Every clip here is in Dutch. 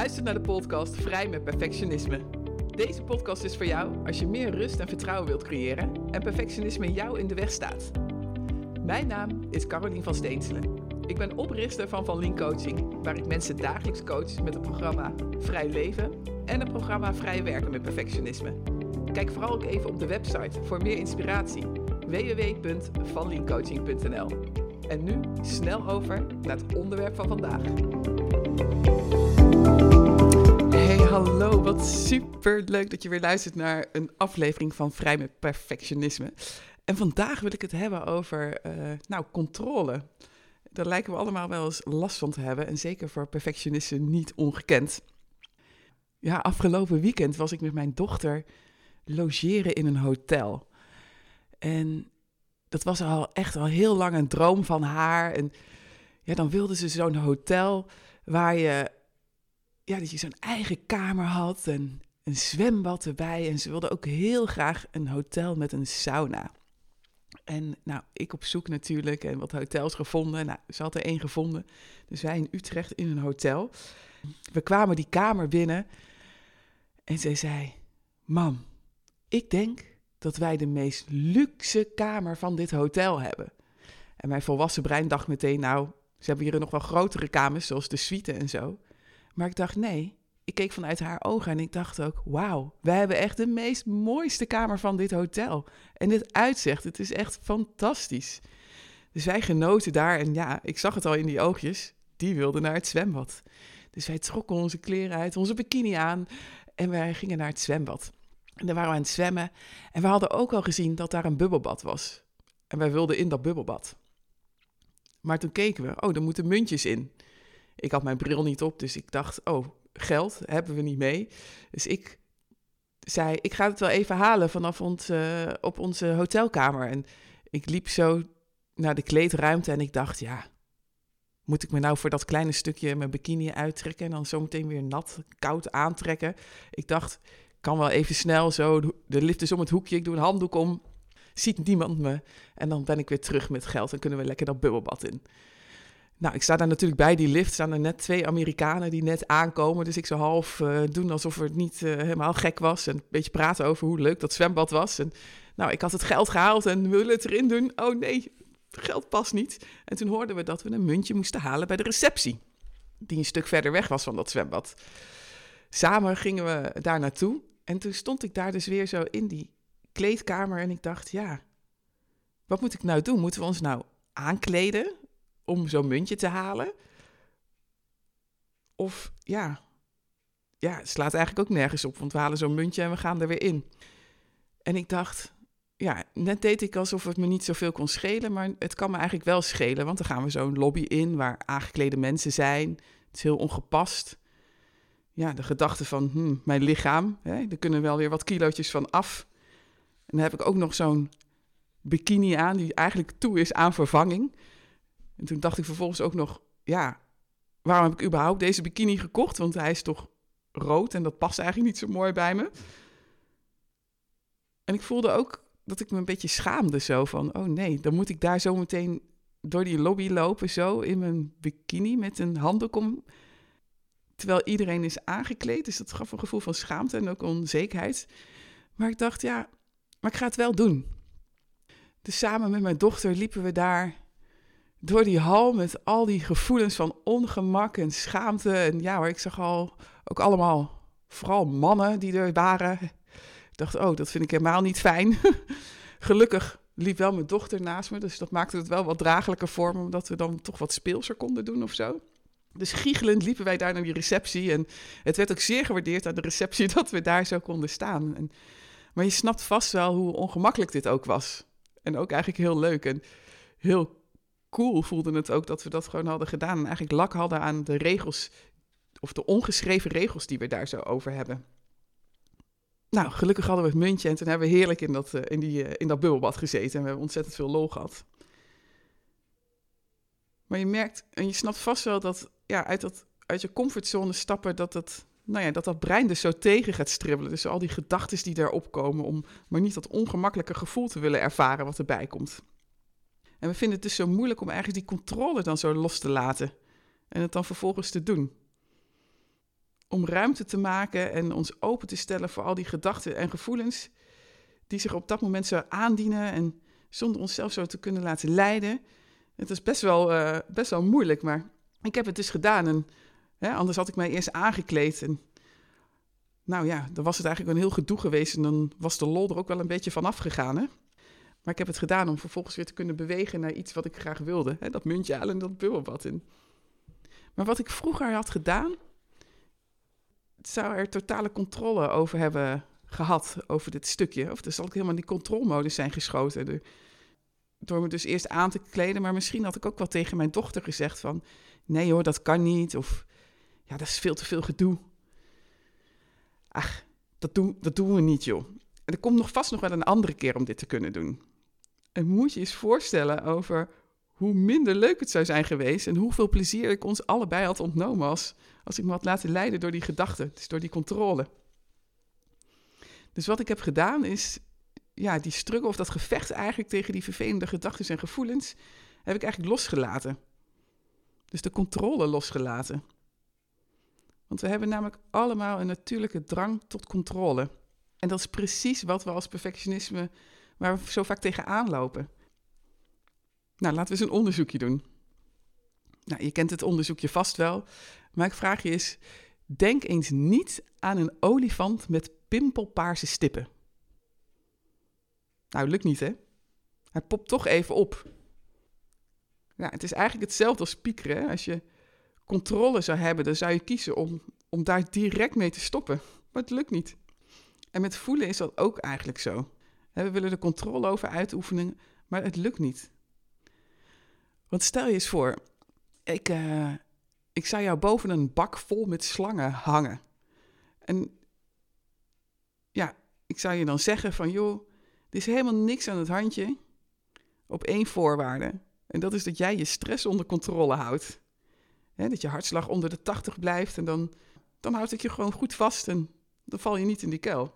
luistert naar de podcast Vrij met Perfectionisme. Deze podcast is voor jou als je meer rust en vertrouwen wilt creëren en perfectionisme jou in de weg staat. Mijn naam is Carolien van Steenselen. Ik ben oprichter van Lean Coaching, waar ik mensen dagelijks coach met het programma Vrij Leven en het programma Vrij Werken met Perfectionisme. Kijk vooral ook even op de website voor meer inspiratie: www.vanleancoaching.nl. En nu snel over naar het onderwerp van vandaag. Hey, hallo, wat super leuk dat je weer luistert naar een aflevering van Vrij met Perfectionisme. En vandaag wil ik het hebben over controle. Daar lijken we allemaal wel eens last van te hebben en zeker voor perfectionisten niet ongekend. Ja, afgelopen weekend was ik met mijn dochter logeren in een hotel. En dat was echt al heel lang een droom van haar. En ja, dan wilde ze zo'n hotel waar dat je zo'n eigen kamer had en een zwembad erbij. En ze wilde ook heel graag een hotel met een sauna. En ik op zoek natuurlijk en wat hotels gevonden. Ze had er 1 gevonden. Dus wij in Utrecht in een hotel. We kwamen die kamer binnen en zij zei: "Mam, ik denk dat wij de meest luxe kamer van dit hotel hebben." En mijn volwassen brein dacht meteen, ze hebben hier nog wel grotere kamers, zoals de suite en zo. Maar ik dacht, nee, ik keek vanuit haar ogen en ik dacht ook, wauw, wij hebben echt de meest mooiste kamer van dit hotel. En dit uitzicht, het is echt fantastisch. Dus wij genoten daar en ik zag het al in die oogjes, die wilden naar het zwembad. Dus wij trokken onze kleren uit, onze bikini aan en wij gingen naar het zwembad. En daar waren we aan het zwemmen. En we hadden ook al gezien dat daar een bubbelbad was. En wij wilden in dat bubbelbad. Maar toen keken we, er moeten muntjes in. Ik had mijn bril niet op, dus ik dacht, geld hebben we niet mee. Dus ik zei, ik ga het wel even halen vanaf op onze hotelkamer. En ik liep zo naar de kleedruimte en ik dacht, moet ik me voor dat kleine stukje mijn bikini uittrekken en dan zometeen weer nat, koud aantrekken? Ik dacht, kan wel even snel zo, de lift is om het hoekje, ik doe een handdoek om, ziet niemand me. En dan ben ik weer terug met geld, dan kunnen we lekker dat bubbelbad in. Ik sta daar natuurlijk bij die lift, staan er net 2 Amerikanen die net aankomen. Dus ik zou half doen alsof het niet helemaal gek was en een beetje praten over hoe leuk dat zwembad was. En ik had het geld gehaald en we willen het erin doen. Oh nee, het geld past niet. En toen hoorden we dat we een muntje moesten halen bij de receptie, die een stuk verder weg was van dat zwembad. Samen gingen we daar naartoe. En toen stond ik daar dus weer zo in die kleedkamer en ik dacht, wat moet ik nou doen? Moeten we ons nou aankleden om zo'n muntje te halen? Of het slaat eigenlijk ook nergens op, want we halen zo'n muntje en we gaan er weer in. En ik dacht, net deed ik alsof het me niet zoveel kon schelen, maar het kan me eigenlijk wel schelen, want dan gaan we zo'n lobby in waar aangeklede mensen zijn. Het is heel ongepast. De gedachte van, mijn lichaam, er kunnen wel weer wat kilootjes van af. En dan heb ik ook nog zo'n bikini aan die eigenlijk toe is aan vervanging. En toen dacht ik vervolgens ook nog, waarom heb ik überhaupt deze bikini gekocht? Want hij is toch rood en dat past eigenlijk niet zo mooi bij me. En ik voelde ook dat ik me een beetje schaamde zo van, oh nee, dan moet ik daar zo meteen door die lobby lopen zo in mijn bikini met een handdoek om. Terwijl iedereen is aangekleed, dus dat gaf een gevoel van schaamte en ook onzekerheid. Maar ik dacht, maar ik ga het wel doen. Dus samen met mijn dochter liepen we daar door die hal met al die gevoelens van ongemak en schaamte. En ik zag al ook allemaal, vooral mannen die er waren. Ik dacht, dat vind ik helemaal niet fijn. Gelukkig liep wel mijn dochter naast me, dus dat maakte het wel wat draaglijker voor me, omdat we dan toch wat speelser konden doen of zo. Dus giechelend liepen wij daar naar die receptie. En het werd ook zeer gewaardeerd aan de receptie dat we daar zo konden staan. Maar je snapt vast wel hoe ongemakkelijk dit ook was. En ook eigenlijk heel leuk. En heel cool voelde het ook dat we dat gewoon hadden gedaan. En eigenlijk lak hadden aan de regels, of de ongeschreven regels die we daar zo over hebben. Gelukkig hadden we het muntje. En toen hebben we heerlijk in dat bubbelbad gezeten. En we hebben ontzettend veel lol gehad. Maar je merkt en je snapt vast wel dat uit je comfortzone stappen, dat brein dus zo tegen gaat stribbelen. Dus al die gedachten die daarop komen om maar niet dat ongemakkelijke gevoel te willen ervaren wat erbij komt. En we vinden het dus zo moeilijk om eigenlijk die controle dan zo los te laten en het dan vervolgens te doen. om ruimte te maken en ons open te stellen voor al die gedachten en gevoelens die zich op dat moment zo aandienen en zonder onszelf zo te kunnen laten leiden. Het is best wel moeilijk, maar ik heb het dus gedaan. En anders had ik mij eerst aangekleed. En nou ja, dan was het eigenlijk een heel gedoe geweest en dan was de lol er ook wel een beetje van afgegaan. Hè? Maar ik heb het gedaan om vervolgens weer te kunnen bewegen naar iets wat ik graag wilde. Hè? Dat muntje halen en dat bubbelbad in. Maar wat ik vroeger had gedaan, zou er totale controle over hebben gehad, over dit stukje. Of dan zal ik helemaal in die controlmodus zijn geschoten. Door me dus eerst aan te kleden. Maar misschien had ik ook wel tegen mijn dochter gezegd van, nee hoor, dat kan niet. Of, ja, dat is veel te veel gedoe. Ach, dat doen we niet, joh. En er komt vast nog wel een andere keer om dit te kunnen doen. En moet je eens voorstellen over hoe minder leuk het zou zijn geweest en hoeveel plezier ik ons allebei had ontnomen als ik me had laten leiden door die gedachten, dus door die controle. Dus wat ik heb gedaan is, ja, die struggle of dat gevecht eigenlijk tegen die vervelende gedachten en gevoelens, heb ik eigenlijk losgelaten. Dus de controle losgelaten. Want we hebben namelijk allemaal een natuurlijke drang tot controle. En dat is precies wat we als perfectionisme, waar we zo vaak tegenaan lopen. Nou, laten we eens een onderzoekje doen. Nou, je kent het onderzoekje vast wel, maar ik vraag je eens, denk eens niet aan een olifant met pimpelpaarse stippen. Nou, lukt niet, hè? Hij popt toch even op. Ja, het is eigenlijk hetzelfde als piekeren. Hè? Als je controle zou hebben, dan zou je kiezen om daar direct mee te stoppen. Maar het lukt niet. En met voelen is dat ook eigenlijk zo. We willen er controle over uitoefenen, maar het lukt niet. Want stel je eens voor, ik zou jou boven een bak vol met slangen hangen. En ja, ik zou je dan zeggen van, joh, er is helemaal niks aan het handje op één voorwaarde. En dat is dat jij je stress onder controle houdt. Dat je hartslag onder de 80 blijft en dan houd ik je gewoon goed vast en dan val je niet in die kuil.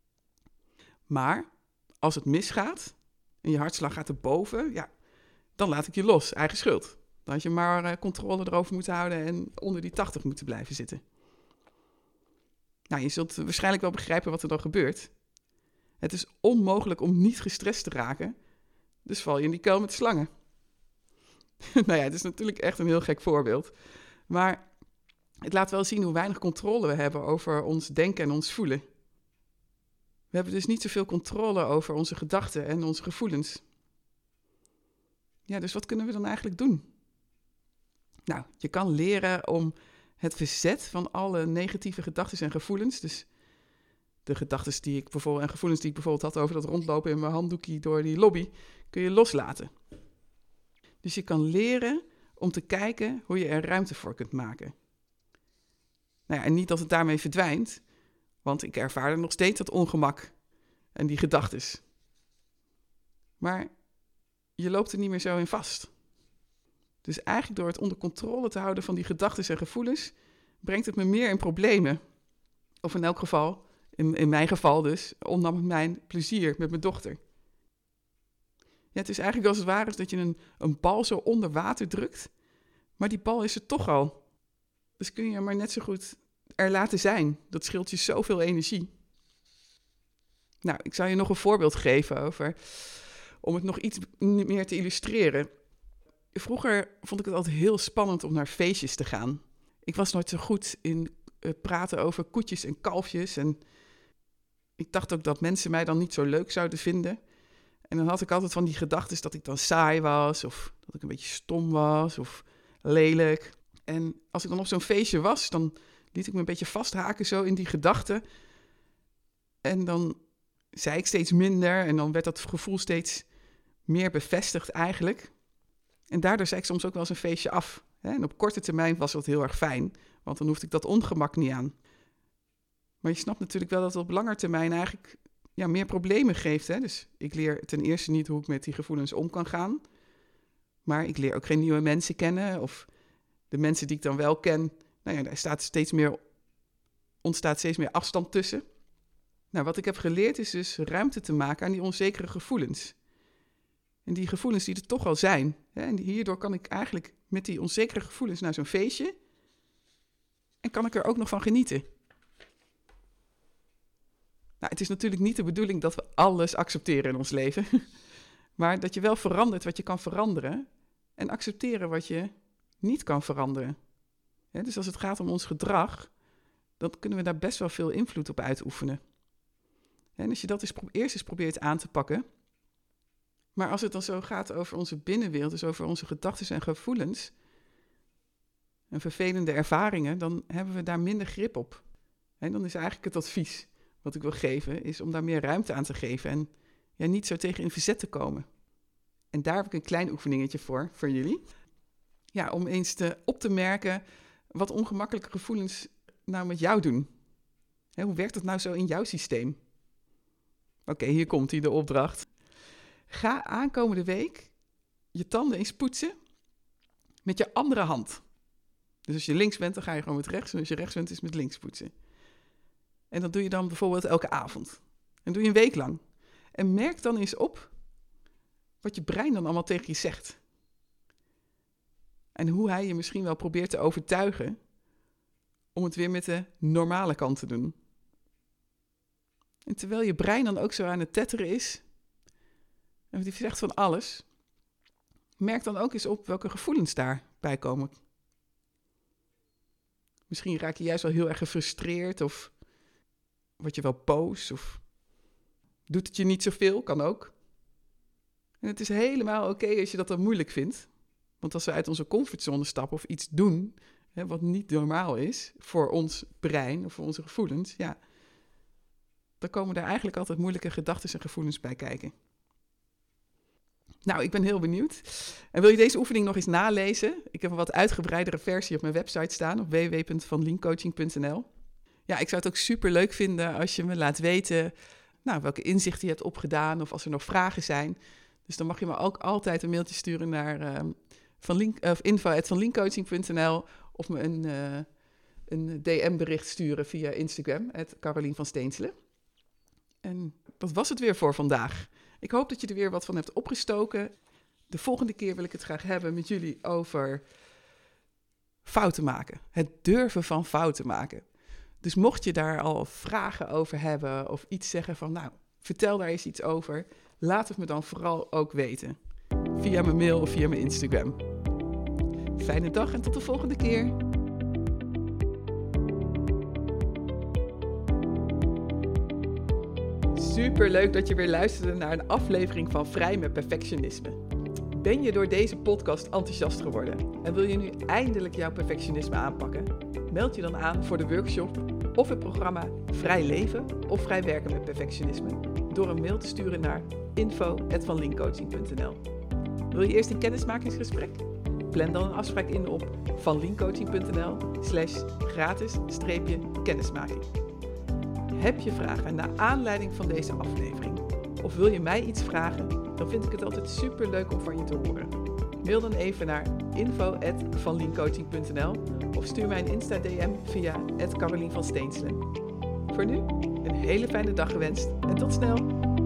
Maar als het misgaat en je hartslag gaat erboven, ja, dan laat ik je los, eigen schuld. Dan had je maar controle erover moeten houden en onder die 80 moeten blijven zitten. Nou, je zult waarschijnlijk wel begrijpen wat er dan gebeurt. Het is onmogelijk om niet gestrest te raken, dus val je in die kuil met slangen. Nou ja, het is natuurlijk echt een heel gek voorbeeld. Maar het laat wel zien hoe weinig controle we hebben over ons denken en ons voelen. We hebben dus niet zoveel controle over onze gedachten en onze gevoelens. Ja, dus wat kunnen we dan eigenlijk doen? Nou, je kan leren om het verzet van alle negatieve gedachten en gevoelens, dus de gedachten en gevoelens die ik bijvoorbeeld had over dat rondlopen in mijn handdoekje door die lobby, kun je loslaten. Dus je kan leren om te kijken hoe je er ruimte voor kunt maken. Nou ja, en niet dat het daarmee verdwijnt, want ik ervaar nog steeds dat ongemak en die gedachtes. Maar je loopt er niet meer zo in vast. Dus eigenlijk door het onder controle te houden van die gedachten en gevoelens, brengt het me meer in problemen. Of in elk geval, in mijn geval dus, ontnam het mijn plezier met mijn dochter. Ja, het is eigenlijk als het ware dat je een bal zo onder water drukt, maar die bal is er toch al. Dus kun je maar net zo goed er laten zijn. Dat scheelt je zoveel energie. Nou, ik zal je nog een voorbeeld geven om het nog iets meer te illustreren. Vroeger vond ik het altijd heel spannend om naar feestjes te gaan. Ik was nooit zo goed in praten over koetjes en kalfjes. En ik dacht ook dat mensen mij dan niet zo leuk zouden vinden. En dan had ik altijd van die gedachten dat ik dan saai was, of dat ik een beetje stom was, of lelijk. En als ik dan op zo'n feestje was, dan liet ik me een beetje vasthaken zo in die gedachten. En dan zei ik steeds minder en dan werd dat gevoel steeds meer bevestigd eigenlijk. En daardoor zei ik soms ook wel eens een feestje af. En op korte termijn was dat heel erg fijn, want dan hoefde ik dat ongemak niet aan. Maar je snapt natuurlijk wel dat het op lange termijn eigenlijk meer problemen geeft. Hè? Dus ik leer ten eerste niet hoe ik met die gevoelens om kan gaan. Maar ik leer ook geen nieuwe mensen kennen. Of de mensen die ik dan wel ken, daar ontstaat steeds meer afstand tussen. Nou, wat ik heb geleerd is dus ruimte te maken aan die onzekere gevoelens. En die gevoelens die er toch al zijn. Hè? En hierdoor kan ik eigenlijk met die onzekere gevoelens naar zo'n feestje. En kan ik er ook nog van genieten? Nou, het is natuurlijk niet de bedoeling dat we alles accepteren in ons leven. Maar dat je wel verandert wat je kan veranderen. En accepteren wat je niet kan veranderen. Dus als het gaat om ons gedrag, dan kunnen we daar best wel veel invloed op uitoefenen. En als je dat eerst eens probeert aan te pakken. Maar als het dan zo gaat over onze binnenwereld, dus over onze gedachten en gevoelens en vervelende ervaringen, dan hebben we daar minder grip op. En dan is eigenlijk het advies wat ik wil geven, is om daar meer ruimte aan te geven en niet zo tegen in verzet te komen. En daar heb ik een klein oefeningetje voor jullie. Ja, om eens op te merken wat ongemakkelijke gevoelens nou met jou doen. Hoe werkt het nou zo in jouw systeem? Oké, hier komt de opdracht. Ga aankomende week je tanden eens poetsen met je andere hand. Dus als je links bent, dan ga je gewoon met rechts. En als je rechts bent, is met links poetsen. En dat doe je dan bijvoorbeeld elke avond. En doe je een week lang. En merk dan eens op wat je brein dan allemaal tegen je zegt. En hoe hij je misschien wel probeert te overtuigen om het weer met de normale kant te doen. En terwijl je brein dan ook zo aan het tetteren is, en die zegt van alles, merk dan ook eens op welke gevoelens daarbij komen. Misschien raak je juist wel heel erg gefrustreerd of word je wel boos of doet het je niet zoveel, kan ook. En het is helemaal oké als je dat dan moeilijk vindt. Want als we uit onze comfortzone stappen of iets doen wat niet normaal is voor ons brein of voor onze gevoelens, ja, dan komen daar eigenlijk altijd moeilijke gedachten en gevoelens bij kijken. Nou, ik ben heel benieuwd. En wil je deze oefening nog eens nalezen? Ik heb een wat uitgebreidere versie op mijn website staan op www.vanliencoaching.nl. Ja, ik zou het ook super leuk vinden als je me laat weten welke inzichten je hebt opgedaan of als er nog vragen zijn. Dus dan mag je me ook altijd een mailtje sturen naar info@vanliencoaching.nl of me een DM-bericht sturen via Instagram, @Carolien van Steenselen. En dat was het weer voor vandaag. Ik hoop dat je er weer wat van hebt opgestoken. De volgende keer wil ik het graag hebben met jullie over fouten maken. Het durven van fouten maken. Dus mocht je daar al vragen over hebben of iets zeggen van, vertel daar eens iets over. Laat het me dan vooral ook weten. Via mijn mail of via mijn Instagram. Fijne dag en tot de volgende keer. Super leuk dat je weer luisterde naar een aflevering van Vrij met Perfectionisme. Ben je door deze podcast enthousiast geworden en wil je nu eindelijk jouw perfectionisme aanpakken? Meld je dan aan voor de workshop of het programma Vrij Leven of Vrij Werken met Perfectionisme door een mail te sturen naar info@vanliencoaching.nl. Wil je eerst een kennismakingsgesprek? Plan dan een afspraak in op vanliencoaching.nl/gratis-kennismaking. Heb je vragen naar aanleiding van deze aflevering? Of wil je mij iets vragen? Dan vind ik het altijd super leuk om van je te horen. Mail dan even naar info@vanliencoaching.nl of stuur mij een Insta-DM via @Carolien van Steenselen. Voor nu, een hele fijne dag gewenst en tot snel!